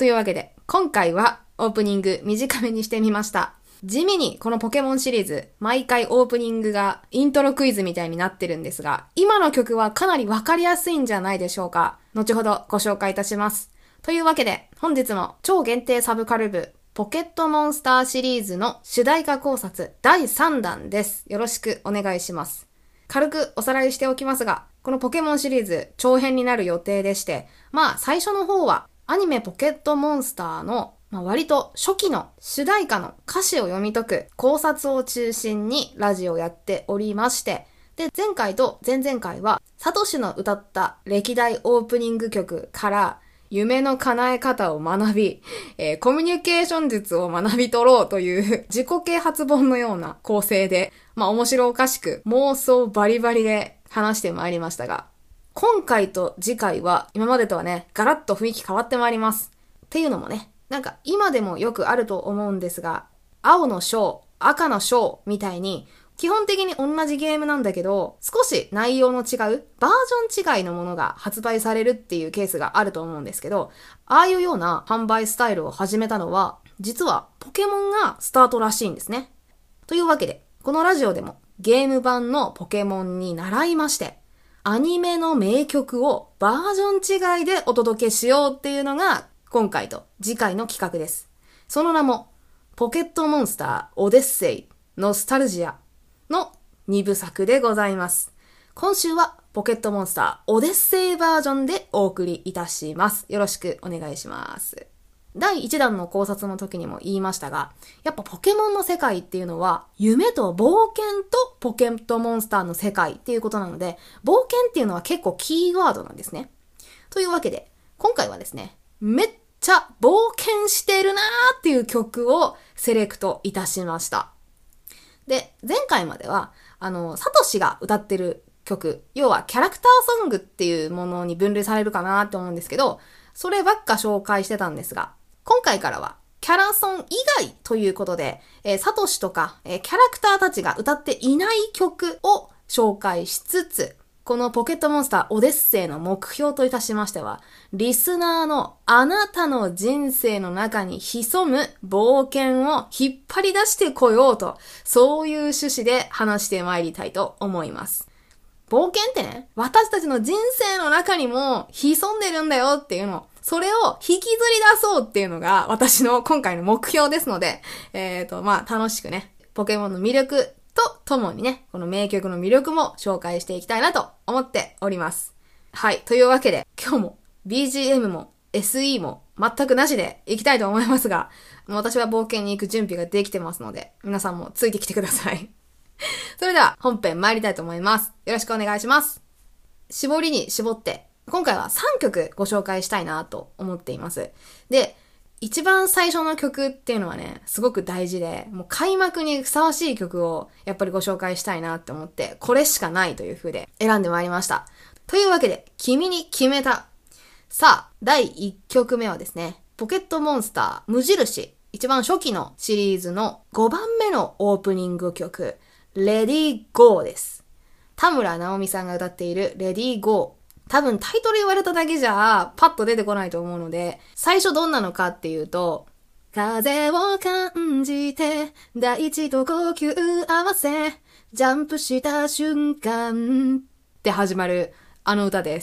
というわけで、今回はオープニング短めにしてみました。地味にこのポケモンシリーズ、毎回オープニングがイントロクイズみたいになってるんですが、今の曲はかなりわかりやすいんじゃないでしょうか。後ほどご紹介いたします。というわけで、本日も超限定サブカル部、ポケットモンスターシリーズの主題歌考察第3弾です。よろしくお願いします。軽くおさらいしておきますが、このポケモンシリーズ長編になる予定でして、最初の方はアニメポケットモンスターの割と初期の主題歌の歌詞を読み解く考察を中心にラジオをやっておりまして、で、前回と前々回はサトシの歌った歴代オープニング曲から夢の叶え方を学び、コミュニケーション術を学び取ろうという自己啓発本のような構成で、面白おかしく妄想バリバリで話してまいりましたが、今回と次回は今までとはね、ガラッと雰囲気変わってまいります。っていうのもね、今でもよくあると思うんですが、青の章、赤の章みたいに基本的に同じゲームなんだけど、少し内容の違うバージョン違いのものが発売されるっていうケースがあると思うんですけど、ああいうような販売スタイルを始めたのは、実はポケモンがスタートらしいんですね。というわけで、このラジオでもゲーム版のポケモンに習いまして、アニメの名曲をバージョン違いでお届けしようっていうのが今回と次回の企画です。その名もポケットモンスターオデッセイノスタルジアの2部作でございます。今週はポケットモンスターオデッセイバージョンでお送りいたします。よろしくお願いします。第1弾の考察の時にも言いましたが、やっぱポケモンの世界っていうのは夢と冒険とポケットモンスターの世界っていうことなので、冒険っていうのは結構キーワードなんですね。というわけで、今回はですね、めっちゃ冒険してるなーっていう曲をセレクトいたしました。で、前回までは、サトシが歌ってる曲、要はキャラクターソングっていうものに分類されるかなって思うんですけど、そればっか紹介してたんですが、今回からはキャラソン以外ということで、サトシとか、キャラクターたちが歌っていない曲を紹介しつつ、このポケットモンスターオデッセイの目標といたしましては、リスナーのあなたの人生の中に潜む冒険を引っ張り出してこようと、そういう趣旨で話してまいりたいと思います。冒険ってね、私たちの人生の中にも潜んでるんだよっていうの、それを引きずり出そうっていうのが私の今回の目標ですので、楽しくね、ポケモンの魅力とともにね、この名曲の魅力も紹介していきたいなと思っております。はい、というわけで今日も BGM も SE も全くなしでいきたいと思いますが、私は冒険に行く準備ができてますので、皆さんもついてきてください。それでは本編参りたいと思います。よろしくお願いします。絞りに絞って、今回は3曲ご紹介したいなと思っています。で、一番最初の曲っていうのはね、すごく大事で、もう開幕にふさわしい曲をやっぱりご紹介したいなって思って、これしかないという風で選んでまいりました。というわけで、君に決めた。さあ、第1曲目はですね、ポケットモンスター無印、一番初期のシリーズの5番目のオープニング曲、レディーゴーです。田村直美さんが歌っているレディーゴー。多分タイトル言われただけじゃパッと出てこないと思うので、最初どんなのかっていうと、風を感じて大地と呼吸合わせジャンプした瞬間って始まるあの歌です。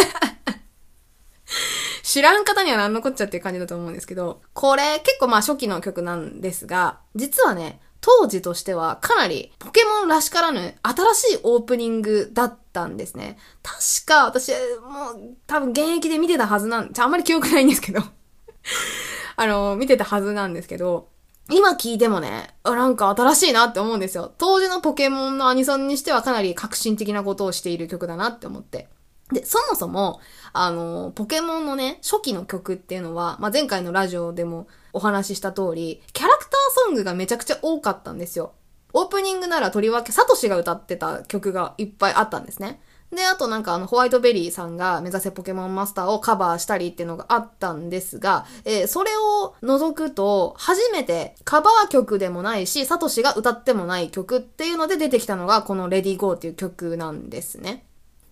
知らん方には何のこっちゃっていう感じだと思うんですけど、これ結構初期の曲なんですが、実はね、当時としてはかなりポケモンらしからぬ新しいオープニングだったんですね。確か私もう多分現役で見てたはずあんまり記憶ないんですけど見てたはずなんですけど、今聞いてもね、新しいなって思うんですよ。当時のポケモンのアニソンにしてはかなり革新的なことをしている曲だなって思って。で、そもそも、ポケモンのね、初期の曲っていうのは、前回のラジオでもお話しした通り、キャラクターソングがめちゃくちゃ多かったんですよ。オープニングならとりわけサトシが歌ってた曲がいっぱいあったんですね。で、あとホワイトベリーさんが目指せポケモンマスターをカバーしたりっていうのがあったんですが、それを除くと、初めてカバー曲でもないし、サトシが歌ってもない曲っていうので出てきたのがこのレディーゴーっていう曲なんですね。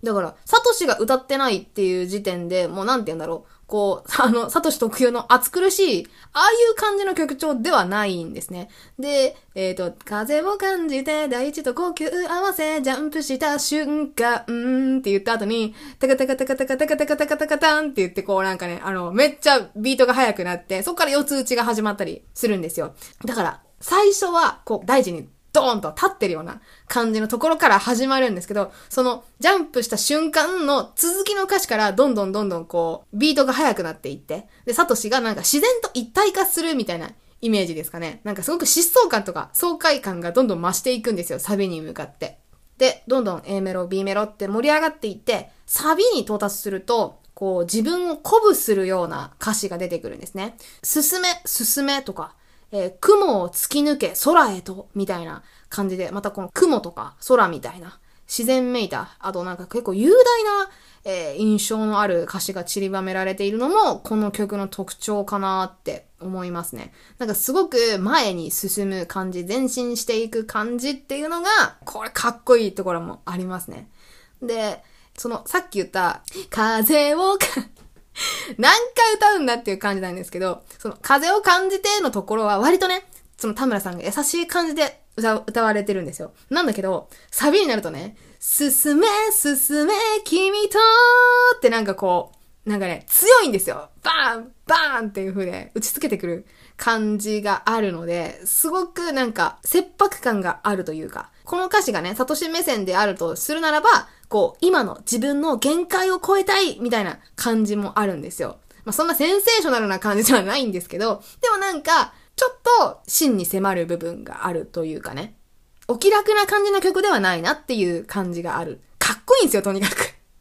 だから、サトシが歌ってないっていう時点で、もうなんて言うんだろう。こう、サトシ特有の暑苦しい、ああいう感じの曲調ではないんですね。で、風を感じて大地と呼吸合わせジャンプした瞬間って言った後に、タカタカタカタカタカタカタカタカタンって言ってこうなんかね、めっちゃビートが速くなって、そこから四つ打ちが始まったりするんですよ。だから、最初は、こう、大地にドーンと立ってるような感じのところから始まるんですけど、そのジャンプした瞬間の続きの歌詞からどんどんこうビートが速くなっていって、で、サトシがなんか自然と一体化するみたいなイメージですかね。なんかすごく疾走感とか爽快感がどんどん増していくんですよ、サビに向かって。で、どんどん A メロ、B メロって盛り上がっていって、サビに到達すると、こう自分を鼓舞するような歌詞が出てくるんですね。進めとか、雲を突き抜け空へとみたいな感じで、またこの雲とか空みたいな自然めいた、あとなんか結構雄大な、印象のある歌詞が散りばめられているのもこの曲の特徴かなって思いますね。なんかすごく前に進む感じ、前進していく感じっていうのがこれかっこいいところもありますね。で、そのさっき言った風を何回歌うんだっていう感じなんですけど、その風を感じてのところは割とね、その田村さんが優しい感じで歌われてるんですよ。なんだけど、サビになるとね、進め、君とってなんかこう、なんかね、強いんですよ。バーンバーンっていう風で打ち付けてくる感じがあるので、すごくなんか切迫感があるというか、この歌詞がね、サトシ目線であるとするならば、こう、今の自分の限界を超えたいみたいな感じもあるんですよ。まあ、そんなセンセーショナルな感じではないんですけど、でもなんか、ちょっと真に迫る部分があるというかね。お気楽な感じの曲ではないなっていう感じがある。かっこいいんですよ、とにかく。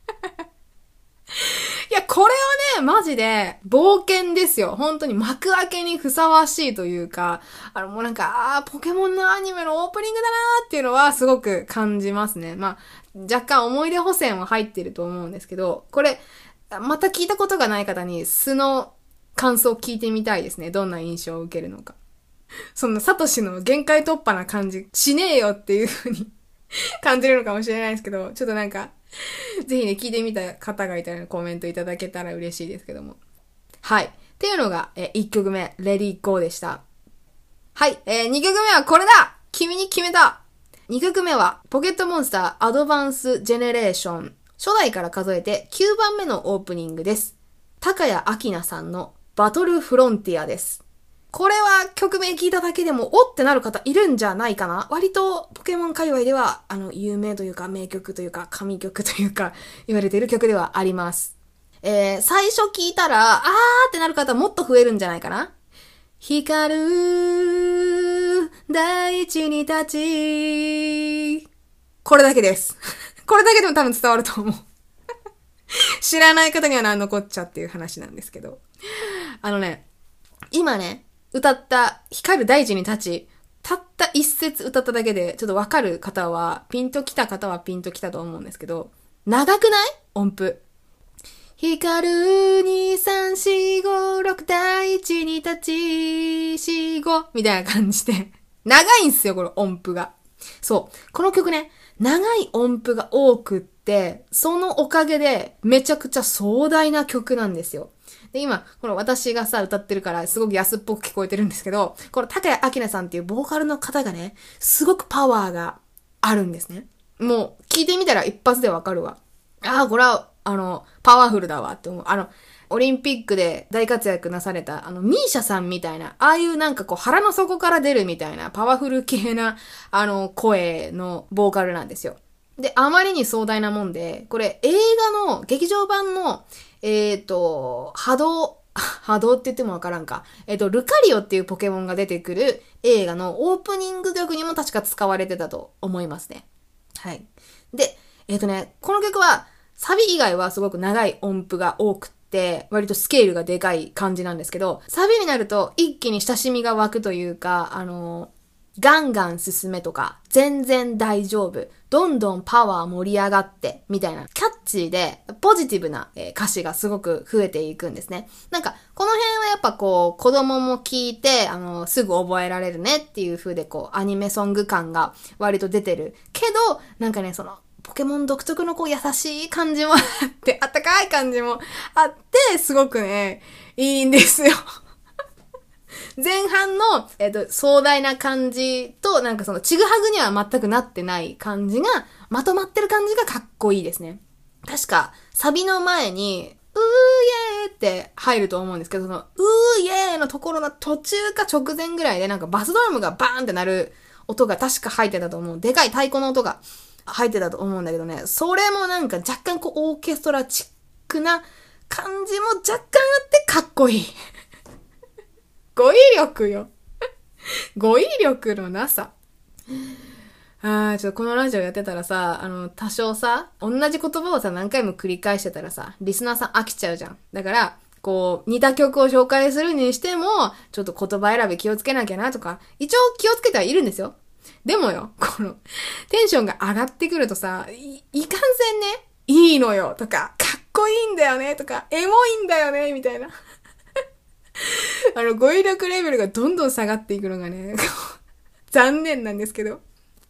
いや、これはね、マジで冒険ですよ。本当に幕開けにふさわしいというか、もうなんか、ポケモンのアニメのオープニングだなーっていうのはすごく感じますね。まあ、若干思い出補正も入ってると思うんですけど、これ、また聞いたことがない方に素の感想を聞いてみたいですね。どんな印象を受けるのか。そんなサトシの限界突破な感じしねえよっていう風に感じるのかもしれないですけど、ちょっとなんか、ぜひね、聞いてみた方がいたらコメントいただけたら嬉しいですけども。はい。っていうのが、1曲目、Let It Go でした。はい。2曲目はこれだ君に決めた !2 曲目は、ポケットモンスターアドバンスジェネレーション。初代から数えて9番目のオープニングです。高谷明菜さんのバトルフロンティアです。これは曲名聞いただけでもおってなる方いるんじゃないかな。割とポケモン界隈では有名というか名曲というか神曲というか言われている曲ではあります。最初聞いたらってなる方もっと増えるんじゃないかな。光る大地に立ち、これだけです。これだけでも多分伝わると思う。知らない方には残っちゃっていう話なんですけど。今ね、歌った光る大地に立ち、たった一節歌っただけでちょっとわかる方は、ピンときた方はピンときたと思うんですけど、長くない？音符。光る2、3、4、5、6大地に立ち、4、5みたいな感じで、長いんすよ、この音符が。そう。この曲ね、長い音符が多くって、そのおかげでめちゃくちゃ壮大な曲なんですよ。で、今、この私がさ、歌ってるから、すごく安っぽく聞こえてるんですけど、この高谷明菜さんっていうボーカルの方がね、すごくパワーがあるんですね。もう、聞いてみたら一発でわかるわ。これは、パワフルだわって思う。オリンピックで大活躍なされた、ミーシャさんみたいな、ああいうなんかこう腹の底から出るみたいな、パワフル系な、声のボーカルなんですよ。で、あまりに壮大なもんで、これ映画の劇場版の、波動って言ってもわからんか。ルカリオっていうポケモンが出てくる映画のオープニング曲にも確か使われてたと思いますね。はい。で、この曲は、サビ以外はすごく長い音符が多くって、割とスケールがでかい感じなんですけど、サビになると一気に親しみが湧くというか、ガンガン進めとか、全然大丈夫、どんどんパワー盛り上がって、みたいな、キャッチーで、ポジティブな歌詞がすごく増えていくんですね。なんか、この辺はやっぱこう、子供も聞いて、すぐ覚えられるねっていう風で、こう、アニメソング感が割と出てる。けど、なんかね、その、 ポケモン独特の優しい感じもあって、あったかい感じもあって、すごくね、いいんですよ。前半の、壮大な感じと、なんかその、ちぐはぐには全くなってない感じが、まとまってる感じがかっこいいですね。確か、サビの前に、うーイエーって入ると思うんですけど、その、うーイエーのところの途中か直前ぐらいで、なんかバスドラムがバーンって鳴る音が確か入ってたと思う。でかい太鼓の音が入ってたと思うんだけどね、それもなんか若干オーケストラチックな感じも若干あってかっこいい。語彙力よ。語彙力のなさ。ちょっとこのラジオやってたらさ、多少さ、同じ言葉をさ、何回も繰り返してたらさ、リスナーさん飽きちゃうじゃん。だから、似た曲を紹介するにしても、ちょっと言葉選び気をつけなきゃなとか、一応気をつけてはいるんですよ。でもよ、テンションが上がってくるとさ、いかんせんね、いいのよ、とか、かっこいいんだよね、とか、エモいんだよね、みたいな。語彙力レベルがどんどん下がっていくのがね、残念なんですけど。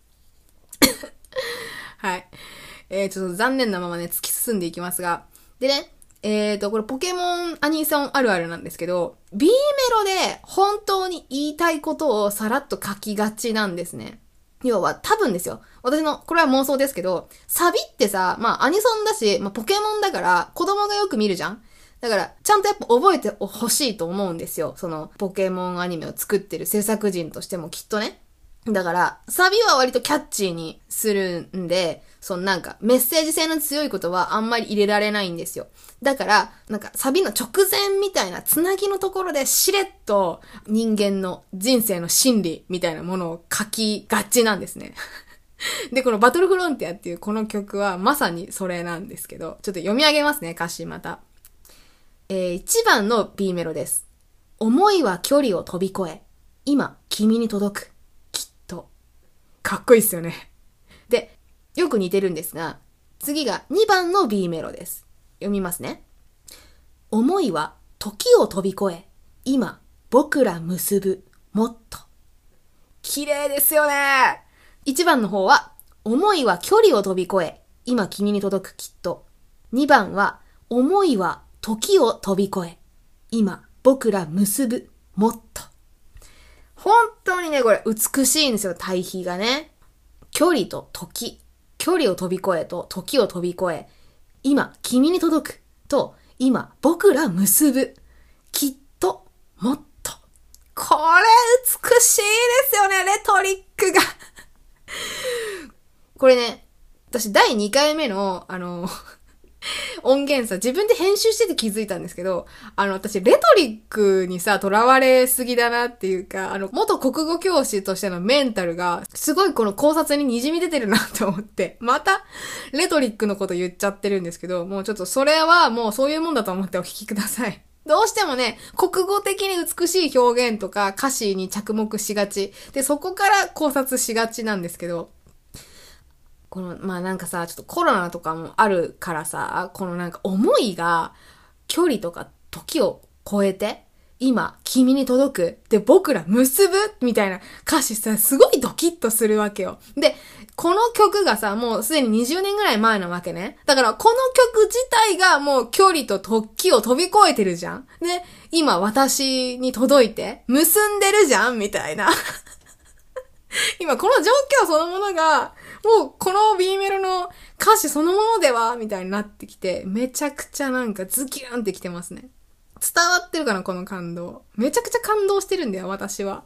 はい。ちょっと残念なままね、突き進んでいきますが。でね、これポケモンアニソンあるあるなんですけど、B メロで本当に言いたいことをさらっと書きがちなんですね。要は多分ですよ。私の、これは妄想ですけど、サビってさ、まあアニソンだし、まあポケモンだから子供がよく見るじゃん。だから、ちゃんとやっぱ覚えてほしいと思うんですよ。その、ポケモンアニメを作ってる制作人としてもきっとね。だから、サビは割とキャッチーにするんで、そのなんか、メッセージ性の強いことはあんまり入れられないんですよ。だから、なんか、サビの直前みたいなつなぎのところでしれっと人間の人生の心理みたいなものを書きがちなんですね。で、このバトルフロンティアっていうこの曲はまさにそれなんですけど、ちょっと読み上げますね、歌詞また。1番の B メロです。思いは距離を飛び越え、今、君に届く。きっと。かっこいいっすよね。で、よく似てるんですが、次が2番の B メロです。読みますね。思いは時を飛び越え、今、僕ら結ぶ。もっと。綺麗ですよね。1番の方は、思いは距離を飛び越え、今君に届くきっと。2番は、思いは時を飛び越え、今、僕ら結ぶ、もっと。本当にね、これ美しいんですよ、対比がね。距離と時。距離を飛び越えと時を飛び越え、今、君に届くと、今、僕ら結ぶ。きっと、もっと。これ美しいですよね、レトリックが。これね、私第2回目の、音源さ、自分で編集してて気づいたんですけど、私、レトリックにさ、囚われすぎだなっていうか、元国語教師としてのメンタルが、すごいこの考察に滲み出てるなって思って、また、レトリックのこと言っちゃってるんですけど、もうちょっとそれはもうそういうもんだと思ってお聞きください。どうしてもね、国語的に美しい表現とか歌詞に着目しがち。で、そこから考察しがちなんですけど、まあなんかさ、ちょっとコロナとかもあるからさ、このなんか思いが距離とか時を超えて、今、君に届く。で、僕ら結ぶみたいな歌詞さ、すごいドキッとするわけよ。で、この曲がさ、もうすでに20年ぐらい前なわけね。だからこの曲自体がもう距離と時を飛び越えてるじゃん。で、今私に届いて、結んでるじゃんみたいな。今この状況そのものが、もうこの B メロの歌詞そのものではみたいになってきて、めちゃくちゃなんかズキューンってきてますね。伝わってるかなこの感動。めちゃくちゃ感動してるんだよ、私は。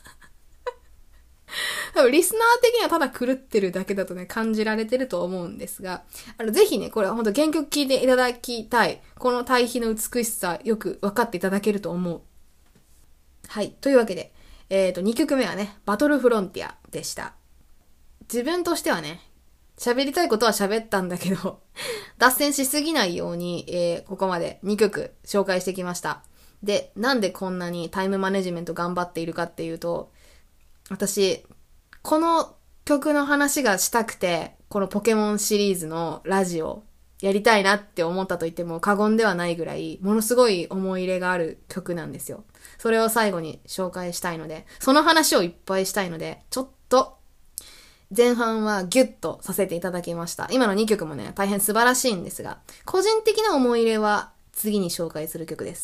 多分リスナー的にはただ狂ってるだけだとね、感じられてると思うんですが、ぜひね、これは本当原曲聴いていただきたい。この対比の美しさ、よく分かっていただけると思う。はい。というわけで、2曲目はね、バトルフロンティアでした。自分としてはね、喋りたいことは喋ったんだけど、脱線しすぎないように、ここまで2曲紹介してきました。で、なんでこんなにタイムマネジメント頑張っているかっていうと、私、この曲の話がしたくて、このポケモンシリーズのラジオやりたいなって思ったと言っても過言ではないぐらい、ものすごい思い入れがある曲なんですよ。それを最後に紹介したいので、その話をいっぱいしたいので、ちょっと、 前半はギュッとさせていただきました。今の2曲もね、大変素晴らしいんですが、個人的な思い入れは次に紹介する曲です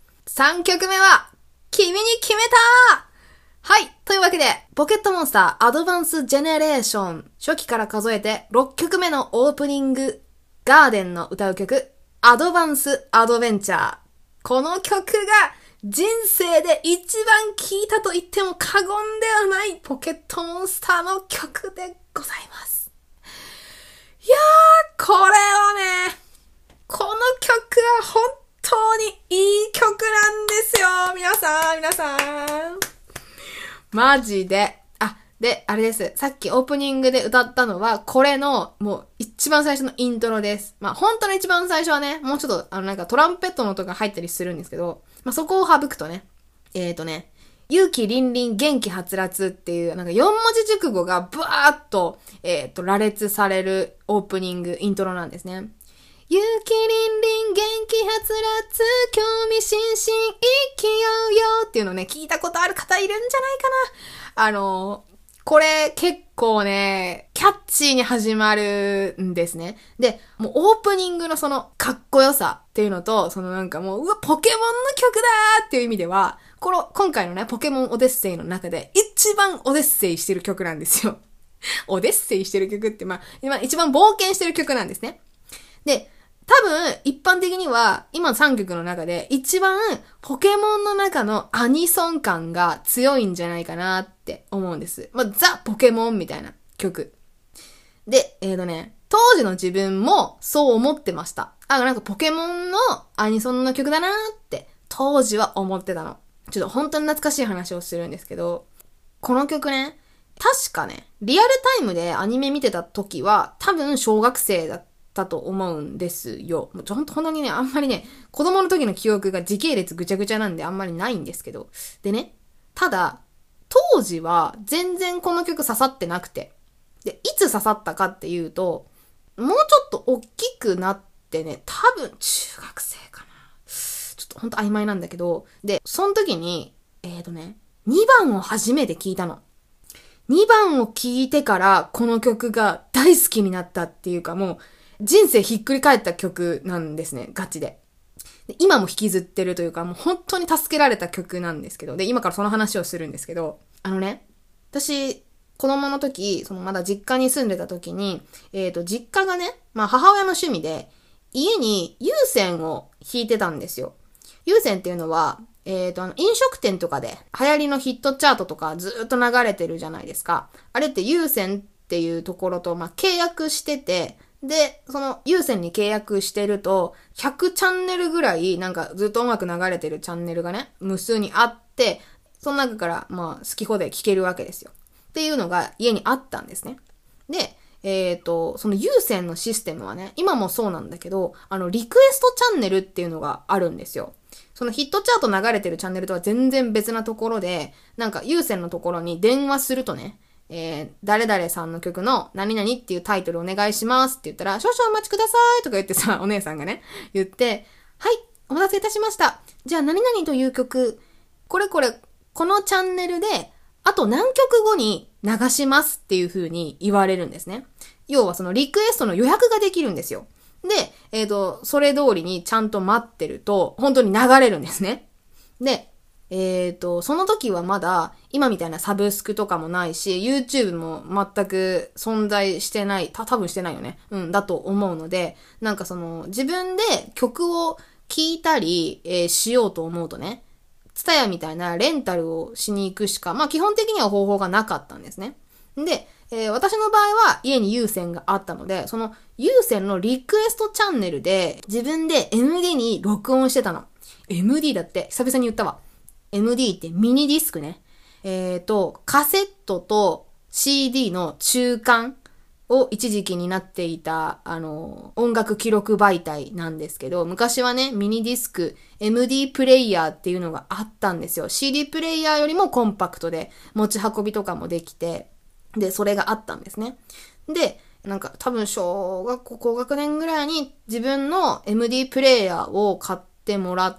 。3曲目は、君に決めたはい。というわけで、ポケットモンスターアドバンスジェネレーション初期から数えて6曲目のオープニングガーデンの歌う曲アドバンスアドベンチャー。この曲が人生で一番聴いたと言っても過言ではないポケットモンスターの曲でございます。いやー、これはね、この曲は本当にいい曲なんですよ。皆さん。マジで。で、あれです。さっきオープニングで歌ったのは、これの、もう、一番最初のイントロです。本当の一番最初はね、もうちょっと、トランペットの音が入ったりするんですけど、そこを省くとね、勇気凛々元気はつらつっていう、4文字熟語がブワーっと、羅列されるオープニング、イントロなんですね。勇気凛々元気はつらつ興味津々意気揚々っていうのね、聞いたことある方いるんじゃないかな。これ結構ね、キャッチーに始まるんですね。で、もうオープニングのそのかっこよさっていうのと、もう、ポケモンの曲だーっていう意味では、今回のね、ポケモンオデッセイの中で一番オデッセイしてる曲なんですよ。オデッセイしてる曲って今一番冒険してる曲なんですね。で、多分、一般的には、今3曲の中で、一番、ポケモンの中のアニソン感が強いんじゃないかなって思うんです。ザ・ポケモンみたいな曲。で、当時の自分もそう思ってました。ポケモンのアニソンの曲だなーって、当時は思ってたの。ちょっと本当に懐かしい話をするんですけど、この曲ね、確かね、リアルタイムでアニメ見てた時は、多分小学生だと思うんですよ。本当にね、あんまりね、子供の時の記憶が時系列ぐちゃぐちゃなんであんまりないんですけど。でね、ただ、当時は全然この曲刺さってなくて。で、いつ刺さったかっていうと、もうちょっと大きくなってね、多分中学生かな。ちょっとほんと曖昧なんだけど、で、その時に、2番を初めて聞いたの。2番を聞いてからこの曲が大好きになったっていうかもう、人生ひっくり返った曲なんですね、ガチで。で今も引きずってるというか、もう本当に助けられた曲なんですけど、で、今からその話をするんですけど、私、子供の時、まだ実家に住んでた時に、実家がね、母親の趣味で、家に有線を引いてたんですよ。有線っていうのは、飲食店とかで流行りのヒットチャートとかずっと流れてるじゃないですか。あれって有線っていうところと、契約してて、で、その有線に契約してると、100チャンネルぐらい、ずっと音楽流れてるチャンネルがね、無数にあって、その中から好き放題聴けるわけですよ。っていうのが家にあったんですね。で、その有線のシステムはね、今もそうなんだけど、リクエストチャンネルっていうのがあるんですよ。そのヒットチャート流れてるチャンネルとは全然別なところで、有線のところに電話するとね、誰々さんの曲の何々っていうタイトルお願いしますって言ったら、少々お待ちくださいとか言ってさ、お姉さんがね、言って、はい、お待たせいたしました。じゃあ何々という曲、このチャンネルで、あと何曲後に流しますっていう風に言われるんですね。要はそのリクエストの予約ができるんですよ。で、それ通りにちゃんと待ってると、本当に流れるんですね。で、その時はまだ、今みたいなサブスクとかもないし、YouTube も全く存在してない、多分してないよね。だと思うので、自分で曲を聴いたり、しようと思うとね、TSUTAYAみたいなレンタルをしに行くしか、基本的には方法がなかったんですね。で、私の場合は家に有線があったので、その有線のリクエストチャンネルで自分で MD に録音してたの。MD だって、久々に言ったわ。MD ってミニディスクね。カセットと CD の中間を一時期になっていた、音楽記録媒体なんですけど、昔はね、ミニディスク、MD プレイヤーっていうのがあったんですよ。CD プレイヤーよりもコンパクトで持ち運びとかもできて、で、それがあったんですね。で、多分小学校高学年ぐらいに自分の MD プレイヤーを買ってもらって、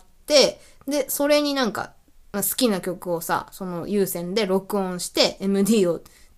で、それに好きな曲をさ、その有線で録音して MD を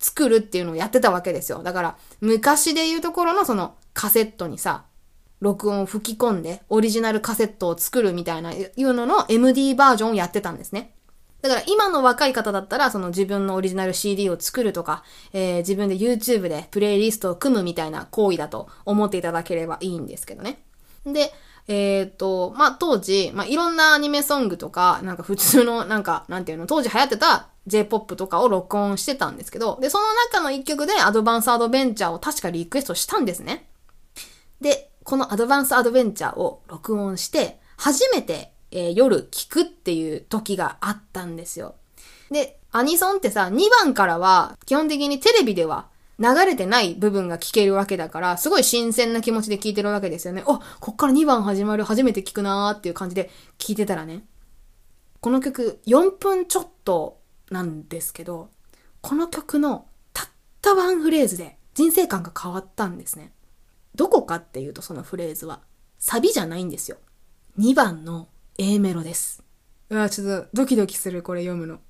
作るっていうのをやってたわけですよ。だから、昔で言うところのそのカセットにさ、録音を吹き込んで、オリジナルカセットを作るみたいな、いうのの MD バージョンをやってたんですね。だから今の若い方だったら、その自分のオリジナル CD を作るとか、自分で YouTube でプレイリストを組むみたいな行為だと思っていただければいいんですけどね。で、当時、いろんなアニメソングとか、なんか普通の、当時流行ってた J-POP とかを録音してたんですけど、で、その中の一曲でアドバンスアドベンチャーを確かリクエストしたんですね。で、このアドバンスアドベンチャーを録音して、初めて、夜聴くっていう時があったんですよ。で、アニソンってさ、2番からは、基本的にテレビでは流れてない部分が聴けるわけだから、すごい新鮮な気持ちで聴いてるわけですよね。こっから2番始まる、初めて聴くなーっていう感じで聴いてたらね、この曲4分ちょっとなんですけど、この曲のたったワンフレーズで人生観が変わったんですね。どこかっていうと、そのフレーズはサビじゃないんですよ。2番の A メロです。ちょっとドキドキする、これ読むの。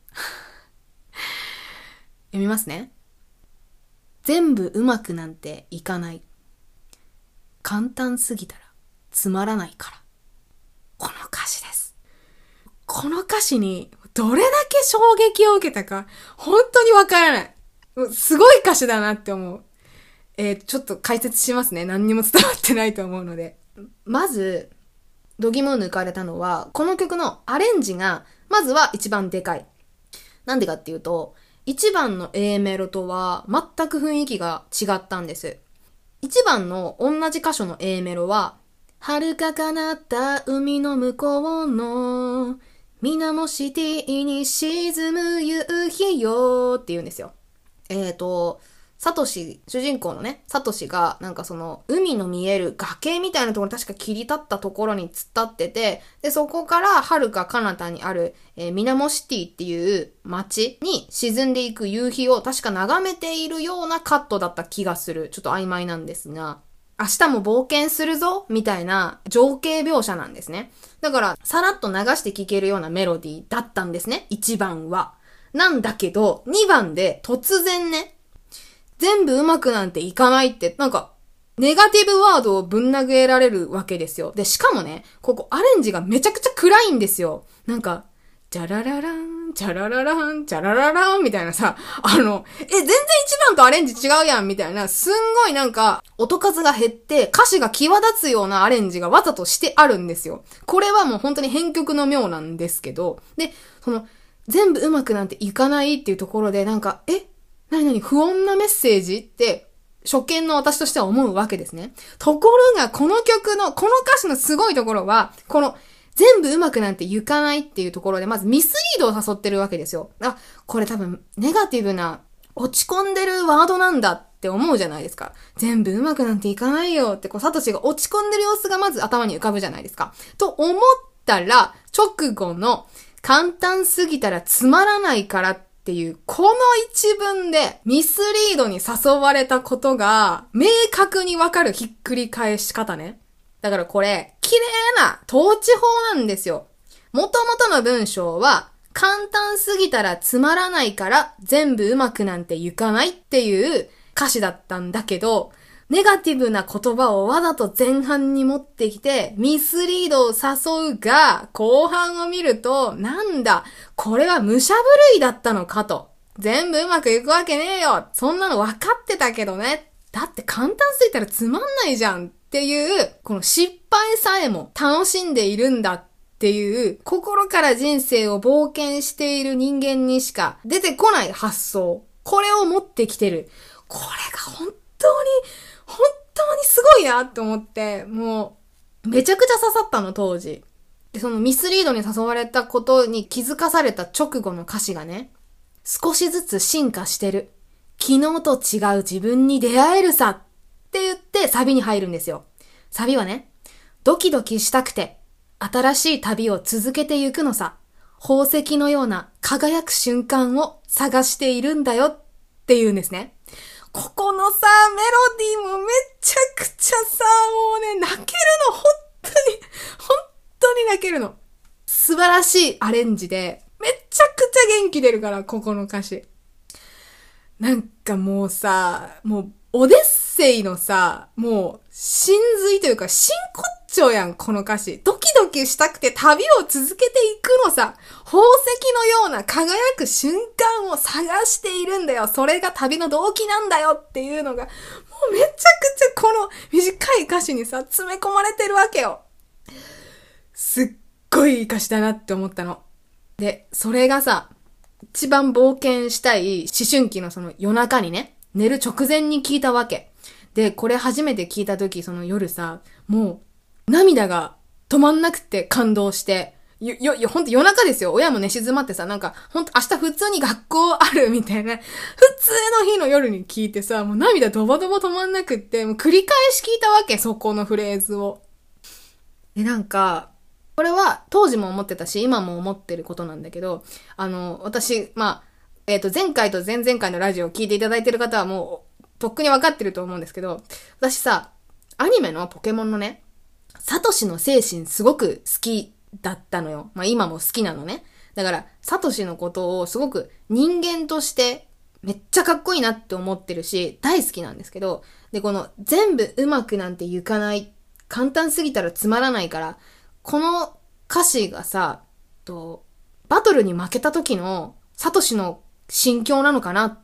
読みますね。全部うまくなんていかない。簡単すぎたらつまらないから。この歌詞です。この歌詞にどれだけ衝撃を受けたか、本当にわからない。すごい歌詞だなって思う。ちょっと解説しますね。何にも伝わってないと思うので。まず、度肝を抜かれたのは、この曲のアレンジが、まずは一番でかい。なんでかっていうと、1番の A メロとは全く雰囲気が違ったんです。1番の同じ箇所の A メロは、遥か彼方海の向こうの水面シティに沈む夕日よって言うんですよ。サトシ、主人公のね、サトシが、なんかその、海の見える崖みたいなところに確か切り立ったところに突っ立ってて、で、そこから、遥か彼方にある、水面シティっていう街に沈んでいく夕日を確か眺めているようなカットだった気がする。ちょっと曖昧なんですが、明日も冒険するぞみたいな情景描写なんですね。だから、さらっと流して聴けるようなメロディーだったんですね、1番は。なんだけど、2番で突然ね、全部うまくなんていかないって、なんか、ネガティブワードをぶん投げられるわけですよ。で、しかもね、ここアレンジがめちゃくちゃ暗いんですよ。なんか、ジャラララン、ジャラララン、ジャララランみたいなさ、全然一番とアレンジ違うやんみたいな、すんごいなんか、音数が減って歌詞が際立つようなアレンジがわざとしてあるんですよ。これはもう本当に編曲の妙なんですけど、で、全部うまくなんていかないっていうところで、なんか、何不穏なメッセージって初見の私としては思うわけですね。ところがこの曲のこの歌詞のすごいところは、この全部うまくなんていかないっていうところでまずミスリードを誘ってるわけですよ。これ多分ネガティブな落ち込んでるワードなんだって思うじゃないですか。全部うまくなんていかないよってサトシが落ち込んでる様子がまず頭に浮かぶじゃないですか。と思ったら直後の簡単すぎたらつまらないからっていう、この一文でミスリードに誘われたことが明確にわかるひっくり返し方ね。だからこれ、綺麗な統治法なんですよ。元々の文章は、簡単すぎたらつまらないから全部うまくなんていかないっていう歌詞だったんだけど、ネガティブな言葉をわざと前半に持ってきて、ミスリードを誘うが、後半を見ると、なんだ、これは武者震いだったのかと。全部うまくいくわけねえよ。そんなの分かってたけどね。だって簡単すぎたらつまんないじゃんっていう、この失敗さえも楽しんでいるんだっていう、心から人生を冒険している人間にしか出てこない発想。これを持ってきてる。これが本当にすごいなって思って、もう、めちゃくちゃ刺さったの、当時。で、そのミスリードに誘われたことに気づかされた直後の歌詞がね、少しずつ進化してる。昨日と違う自分に出会えるさって言ってサビに入るんですよ。サビはね、ドキドキしたくて、新しい旅を続けてゆくのさ。宝石のような輝く瞬間を探しているんだよって言うんですね。ここのさ、メロディーもめちゃくちゃさ、もうね、泣けるの、本当に泣けるの。素晴らしいアレンジで、めちゃくちゃ元気出るから、ここの歌詞。 なんかもうさ、もう、オデッセイのさ、もう、真髄というか、真骨頂やん、この歌詞。ドキドキしたくて旅を続けていくのさ。宝石のような輝く瞬間を探しているんだよ。それが旅の動機なんだよっていうのが、もうめちゃくちゃこの短い歌詞にさ、詰め込まれてるわけよ。すっごいいい歌詞だなって思ったの。で、それがさ、一番冒険したい思春期のその夜中にね、寝る直前に聞いたわけ。で、これ初めて聞いた時、その夜さ、もう涙が止まんなくて感動して、ほんと夜中ですよ。親も寝静まってさ、なんか、ほんと明日普通に学校あるみたいな、普通の日の夜に聞いてさ、もう涙ドバドバ止まんなくって、もう繰り返し聞いたわけ、そこのフレーズを。で、なんか、これは当時も思ってたし、今も思ってることなんだけど、私、前回と前々回のラジオを聞いていただいてる方はもう、とっくにわかってると思うんですけど、私さ、アニメのポケモンのね、サトシの精神すごく好きだったのよ。まあ今も好きなのね。だから、サトシのことをすごく人間としてめっちゃかっこいいなって思ってるし、大好きなんですけど、で、この全部上手くなんていかない、簡単すぎたらつまらないから、この歌詞がさ、バトルに負けた時のサトシの心境なのかなって、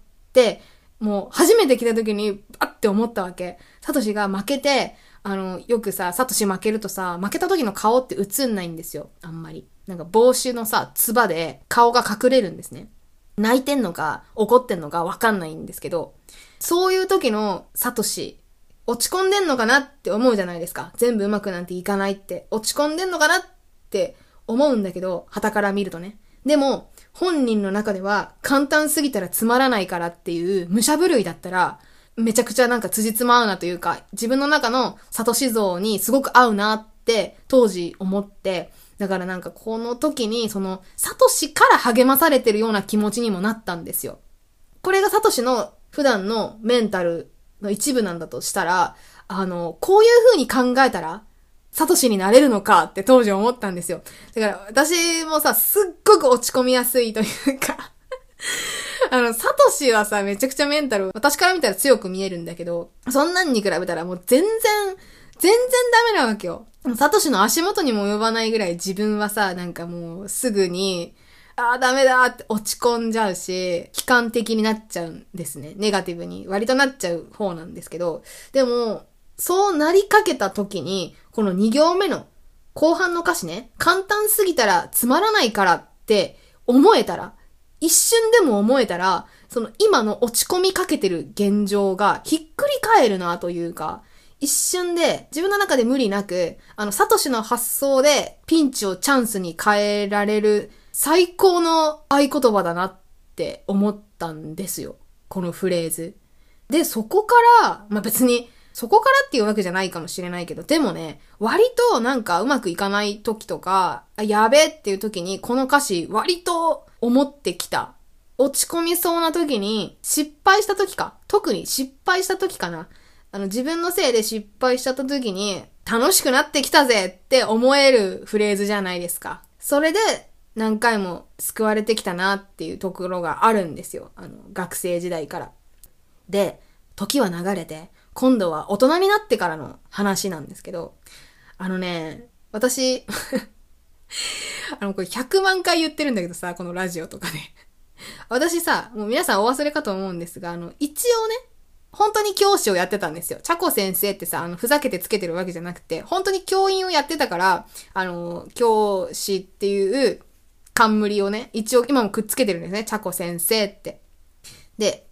もう初めて来た時にバッて思ったわけ。サトシが負けて、よくさ、サトシ負けるとさ、負けた時の顔って映んないんですよ。あんまり。なんか帽子のさ、つばで顔が隠れるんですね。泣いてんのか怒ってんのかわかんないんですけど、そういう時のサトシ、落ち込んでんのかなって思うじゃないですか。全部上手くなんていかないって。落ち込んでんのかなって思うんだけど、傍から見るとね。でも、本人の中では簡単すぎたらつまらないからっていう武者震いだったら、めちゃくちゃなんか辻褄合うなというか、自分の中のサトシ像にすごく合うなって当時思って、だからなんかこの時にそのサトシから励まされてるような気持ちにもなったんですよ。これがサトシの普段のメンタルの一部なんだとしたら、こういう風に考えたら、サトシになれるのかって当時思ったんですよ。だから私もさ、すっごく落ち込みやすいというかサトシはさ、めちゃくちゃメンタル、私から見たら強く見えるんだけど、そんなんに比べたらもう全然ダメなわけよ。サトシの足元にも及ばないぐらい自分はさ、なんかもうすぐに、ダメだって落ち込んじゃうし、悲観的になっちゃうんですね。ネガティブに割となっちゃう方なんですけど、でも、そうなりかけた時に、この2行目の後半の歌詞ね、簡単すぎたらつまらないからって思えたら、一瞬でも思えたら、その今の落ち込みかけてる現状がひっくり返るなというか、一瞬で自分の中で無理なく、サトシの発想でピンチをチャンスに変えられる最高の合言葉だなって思ったんですよ。このフレーズ。で、そこから、別に、そこからっていうわけじゃないかもしれないけど、でもね、割となんかうまくいかない時とか、やべえっていう時にこの歌詞割と思ってきた。落ち込みそうな時に失敗した時か。特に失敗した時かな。自分のせいで失敗しちゃった時に楽しくなってきたぜって思えるフレーズじゃないですか。それで何回も救われてきたなっていうところがあるんですよ。学生時代から。で、時は流れて、今度は大人になってからの話なんですけど、私、これ100万回言ってるんだけどさ、このラジオとかで。私さ、もう皆さんお忘れかと思うんですが、一応ね、本当に教師をやってたんですよ。チャコ先生ってさ、ふざけてつけてるわけじゃなくて、本当に教員をやってたから、教師っていう冠をね、一応今もくっつけてるんですね。チャコ先生って。で、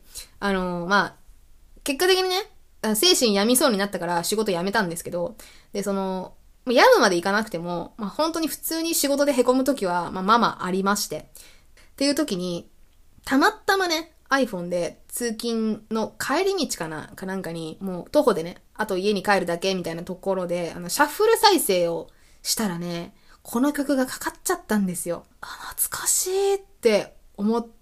結果的にね、精神病みそうになったから仕事辞めたんですけど、で、病むまでいかなくても、本当に普通に仕事で凹むときは、まあありまして。っていうときに、たまたまね、iPhone で通勤の帰り道かなんかに、もう徒歩でね、あと家に帰るだけみたいなところで、シャッフル再生をしたらね、この曲がかかっちゃったんですよ。懐かしいって思って、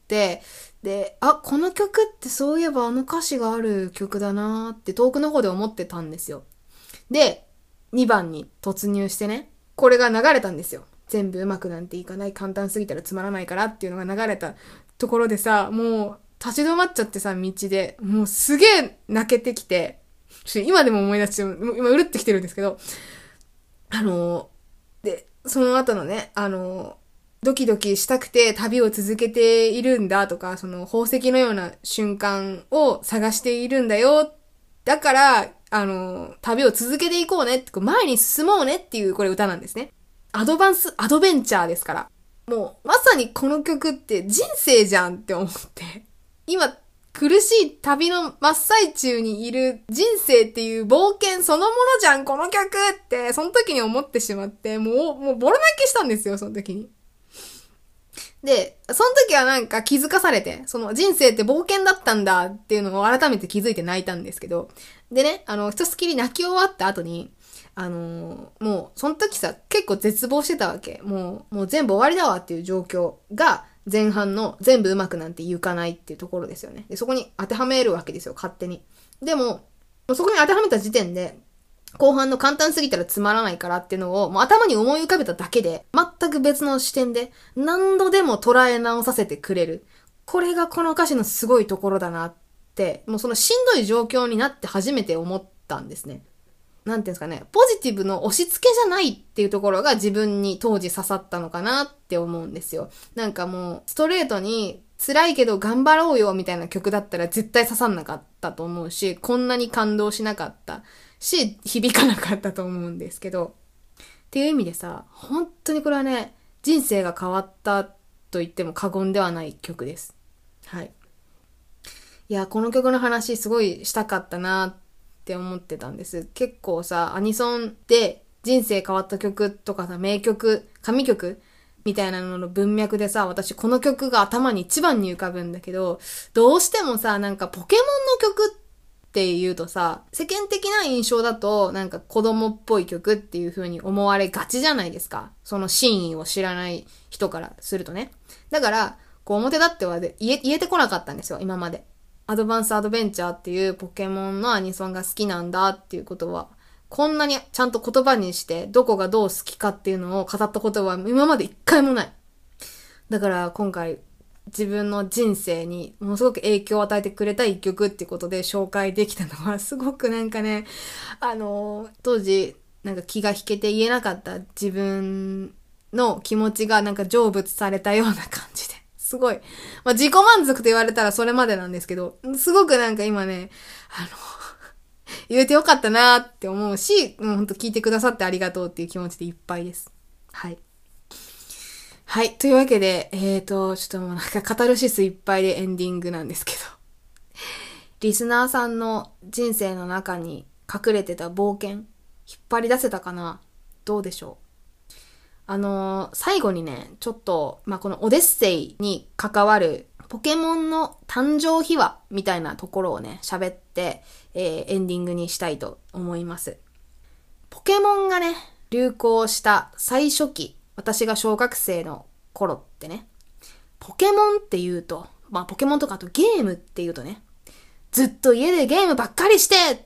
で、この曲ってそういえば歌詞がある曲だなーって遠くの方で思ってたんですよ。で、2番に突入してね、これが流れたんですよ。全部上手くなんていかない、簡単すぎたらつまらないからっていうのが流れたところでさ、もう立ち止まっちゃってさ、道で、もうすげえ泣けてきて、今でも思い出して、今うるってきてるんですけど、で、その後のね、ドキドキしたくて旅を続けているんだとか、その宝石のような瞬間を探しているんだよ。だから、旅を続けていこうねって、前に進もうねっていうこれ歌なんですね。アドベンチャーですから。もう、まさにこの曲って人生じゃんって思って。今、苦しい旅の真っ最中にいる人生っていう冒険そのものじゃん、この曲って、その時に思ってしまって、もうボロ泣きしたんですよ、その時に。で、その時はなんか気づかされて、その人生って冒険だったんだっていうのを改めて気づいて泣いたんですけど、でね、ひとしきり泣き終わった後に、もう、その時さ、結構絶望してたわけ。もう全部終わりだわっていう状況が、前半の全部うまくなんていかないっていうところですよね。で、そこに当てはめるわけですよ、勝手に。でも、そこに当てはめた時点で、後半の簡単すぎたらつまらないからっていうのを、もう頭に思い浮かべただけで、全く別の視点で、何度でも捉え直させてくれる。これがこの歌詞のすごいところだなって、もうそのしんどい状況になって初めて思ったんですね。なんていうんですかね、ポジティブの押し付けじゃないっていうところが自分に当時刺さったのかなって思うんですよ。なんかもう、ストレートに辛いけど頑張ろうよみたいな曲だったら絶対刺さんなかったと思うし、こんなに感動しなかったし、響かなかったと思うんですけど。っていう意味でさ、本当にこれはね、人生が変わったと言っても過言ではない曲です。はい。いや、この曲の話すごいしたかったなって思ってたんです。結構さ、アニソンで人生変わった曲とかさ、名曲、神曲みたいなのの文脈でさ、私この曲が頭に一番に浮かぶんだけど、どうしてもさ、なんかポケモンの曲って言うとさ、世間的な印象だとなんか子供っぽい曲っていう風に思われがちじゃないですか。その真意を知らない人からするとね。だから、こう表立っては言えてこなかったんですよ、今まで。アドバンスアドベンチャーっていうポケモンのアニソンが好きなんだっていうことは、こんなにちゃんと言葉にしてどこがどう好きかっていうのを語ったことは今まで一回もない。だから今回自分の人生にものすごく影響を与えてくれた一曲っていうことで紹介できたのはすごくなんかね、当時なんか気が引けて言えなかった自分の気持ちがなんか成仏されたような感じで。すごい。まあ、自己満足と言われたらそれまでなんですけど、すごくなんか今ね、言えてよかったなーって思うし、もうほんと聞いてくださってありがとうっていう気持ちでいっぱいです。はい。はい。というわけで、ちょっともうなんかカタルシスいっぱいでエンディングなんですけど。リスナーさんの人生の中に隠れてた冒険、引っ張り出せたかな？どうでしょう？最後にね、ちょっと、このオデッセイに関わるポケモンの誕生秘話みたいなところをね、喋って、エンディングにしたいと思います。ポケモンがね、流行した最初期、私が小学生の頃ってね、ポケモンって言うと、ポケモンとかあとゲームって言うとね、ずっと家でゲームばっかりしてって、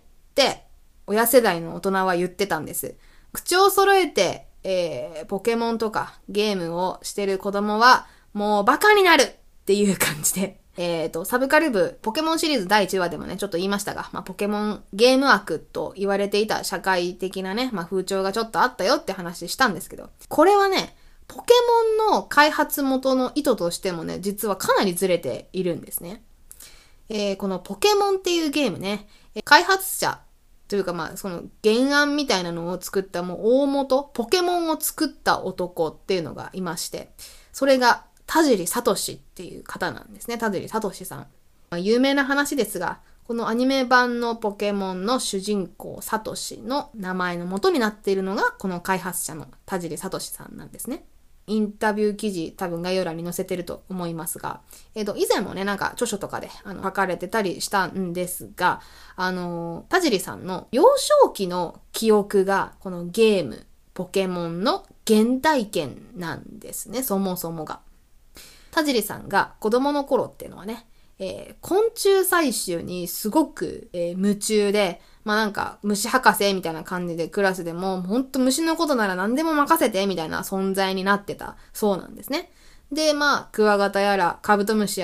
親世代の大人は言ってたんです。口を揃えて、ポケモンとかゲームをしてる子供はもうバカになるっていう感じで、サブカル部ポケモンシリーズ第1話でもねちょっと言いましたが、ポケモンゲーム悪と言われていた社会的なね、風潮がちょっとあったよって話したんですけど、これはねポケモンの開発元の意図としてもね実はかなりずれているんですね。このポケモンっていうゲームね、開発者というかその原案みたいなのを作ったもう大元、ポケモンを作った男っていうのがいまして、それが田尻聡っていう方なんですね。田尻聡さん。有名な話ですが、このアニメ版のポケモンの主人公聡の名前の元になっているのがこの開発者の田尻聡さんなんですね。インタビュー記事多分概要欄に載せてると思いますが、以前もね、なんか著書とかで書かれてたりしたんですが、田尻さんの幼少期の記憶がこのゲーム、ポケモンの原体験なんですね、そもそもが。田尻さんが子供の頃っていうのはね、昆虫採集にすごく、夢中で、なんか虫博士みたいな感じでクラスでもほんと虫のことなら何でも任せてみたいな存在になってたそうなんですね。で、クワガタやらカブトムシやら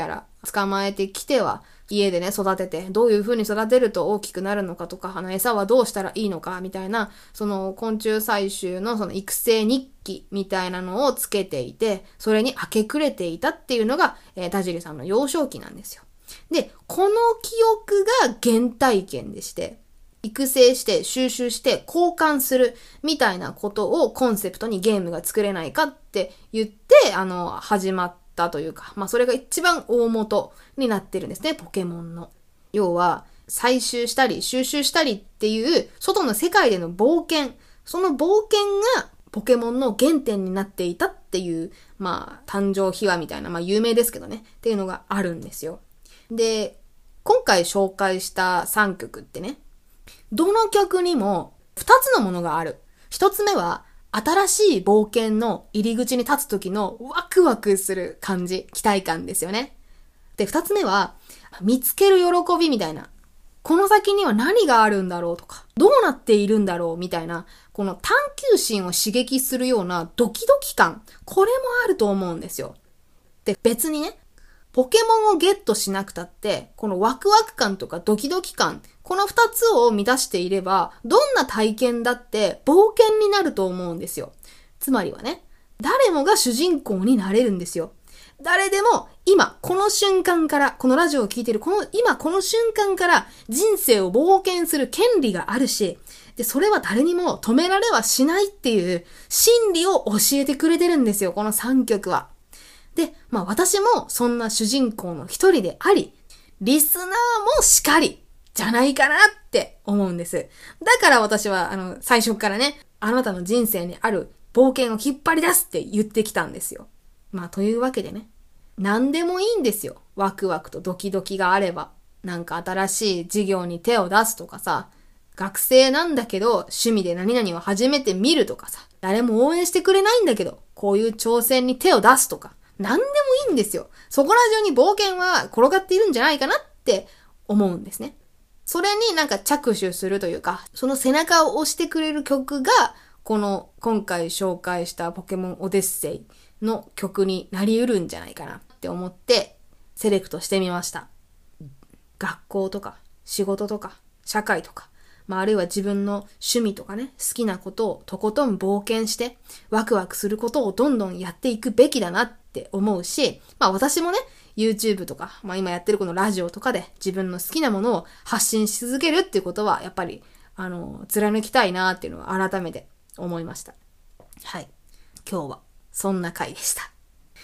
捕まえてきては、家でね、育てて、どういう風に育てると大きくなるのかとか、餌はどうしたらいいのか、みたいな、その昆虫採集のその育成日記みたいなのをつけていて、それに明け暮れていたっていうのが、田尻さんの幼少期なんですよ。で、この記憶が原体験でして、育成して収集して交換するみたいなことをコンセプトにゲームが作れないかって言って、始まったというか、それが一番大元になってるんですね、ポケモンの。要は、採集したり収集したりっていう外の世界での冒険、その冒険がポケモンの原点になっていたっていう、誕生秘話みたいな、有名ですけどね、っていうのがあるんですよ。で、今回紹介した3曲ってね、どの曲にも2つのものがある。1つ目は、新しい冒険の入り口に立つ時のワクワクする感じ、期待感ですよね。で、2つ目は、見つける喜びみたいな。この先には何があるんだろうとか、どうなっているんだろうみたいな、この探求心を刺激するようなドキドキ感、これもあると思うんですよ。で、別にね、ポケモンをゲットしなくたって、このワクワク感とかドキドキ感、この2つを満たしていれば、どんな体験だって冒険になると思うんですよ。つまりはね、誰もが主人公になれるんですよ。誰でも今この瞬間から、このラジオを聞いている今この瞬間から人生を冒険する権利があるし、で、それは誰にも止められはしないっていう真理を教えてくれてるんですよ、この3曲は。で、私もそんな主人公の一人であり、リスナーもしかり、じゃないかなって思うんです。だから私は、最初からね、あなたの人生にある冒険を引っ張り出すって言ってきたんですよ。というわけでね、何でもいいんですよ。ワクワクとドキドキがあれば。なんか新しい事業に手を出すとかさ、学生なんだけど趣味で何々を始めてみるとかさ、誰も応援してくれないんだけど、こういう挑戦に手を出すとか、何でもいいんですよ。そこら中に冒険は転がっているんじゃないかなって思うんですね。それになんか着手するというか、その背中を押してくれる曲が、この今回紹介したポケモンオデッセイの曲になり得るんじゃないかなって思ってセレクトしてみました。学校とか仕事とか社会とか、あるいは自分の趣味とかね、好きなことをとことん冒険してワクワクすることをどんどんやっていくべきだなって思うし、私もね、YouTube とか、今やってるこのラジオとかで自分の好きなものを発信し続けるっていうことはやっぱり貫きたいなっていうのは改めて思いました。はい。今日はそんな回でした。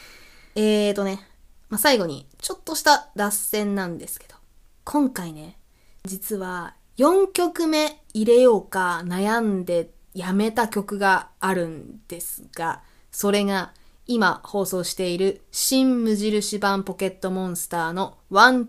最後にちょっとした脱線なんですけど、今回ね、実は4曲目入れようか悩んでやめた曲があるんですが、それが今放送している新無印版ポケットモンスターの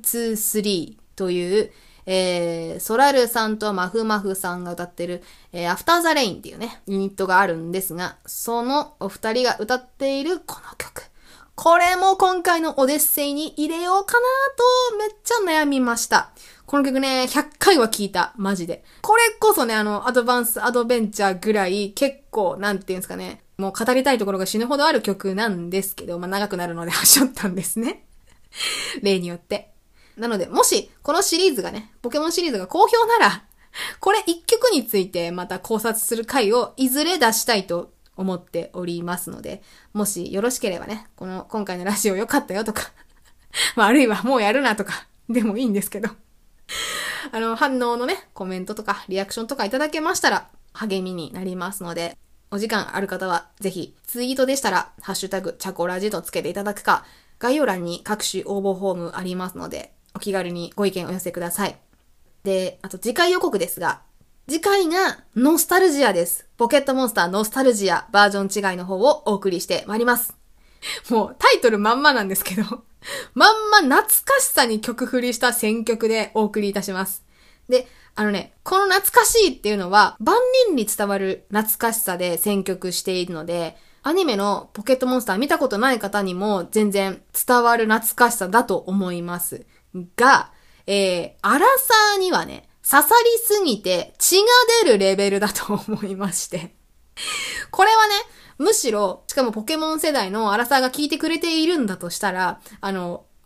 1,2,3というソラルさんとマフマフさんが歌ってる、アフターザレインっていうね、ユニットがあるんですが、そのお二人が歌っているこの曲。これも今回のオデッセイに入れようかなとめっちゃ悩みました。この曲ね、100回は聴いた。マジで。これこそね、アドバンスアドベンチャーぐらい結構、なんていうんですかね、もう語りたいところが死ぬほどある曲なんですけど、長くなるので端折ったんですね。例によって。なので、もし、このシリーズがね、ポケモンシリーズが好評なら、これ一曲についてまた考察する回をいずれ出したいと思っておりますので、もしよろしければね、今回のラジオ良かったよとか、あるいはもうやるなとか、でもいいんですけど、反応のね、コメントとかリアクションとかいただけましたら励みになりますので、お時間ある方はぜひツイートでしたらハッシュタグチャコラジとつけていただくか、概要欄に各種応募フォームありますので、お気軽にご意見お寄せください。で、あと次回予告ですが、次回がノスタルジアです。ポケットモンスターノスタルジアバージョン違いの方をお送りしてまいります。もうタイトルまんまなんですけど、まんま懐かしさに曲振りした選曲でお送りいたします。で、この懐かしいっていうのは万人に伝わる懐かしさで選曲しているので、アニメのポケットモンスター見たことない方にも全然伝わる懐かしさだと思いますが、アラサーにはね、刺さりすぎて血が出るレベルだと思いまして。これはね、むしろ、しかもポケモン世代のアラサーが聞いてくれているんだとしたら、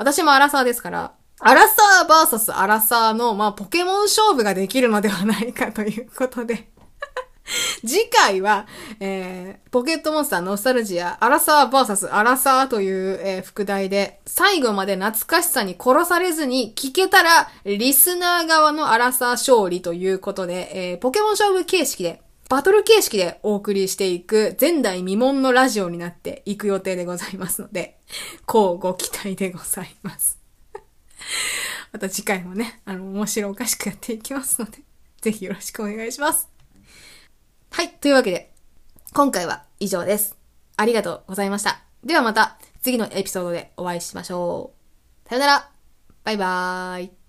私もアラサーですから、アラサーバーサスアラサーの、ポケモン勝負ができるのではないかということで、次回は、ポケットモンスターノスタルジア、アラサーバーサスアラサーという、副題で、最後まで懐かしさに殺されずに聞けたら、リスナー側のアラサー勝利ということで、ポケモン勝負形式で、バトル形式でお送りしていく前代未聞のラジオになっていく予定でございますので、こうご期待でございます。また次回もね、面白おかしくやっていきますので、ぜひよろしくお願いします。はい。というわけで、今回は以上です。ありがとうございました。ではまた次のエピソードでお会いしましょう。さよなら。バイバーイ。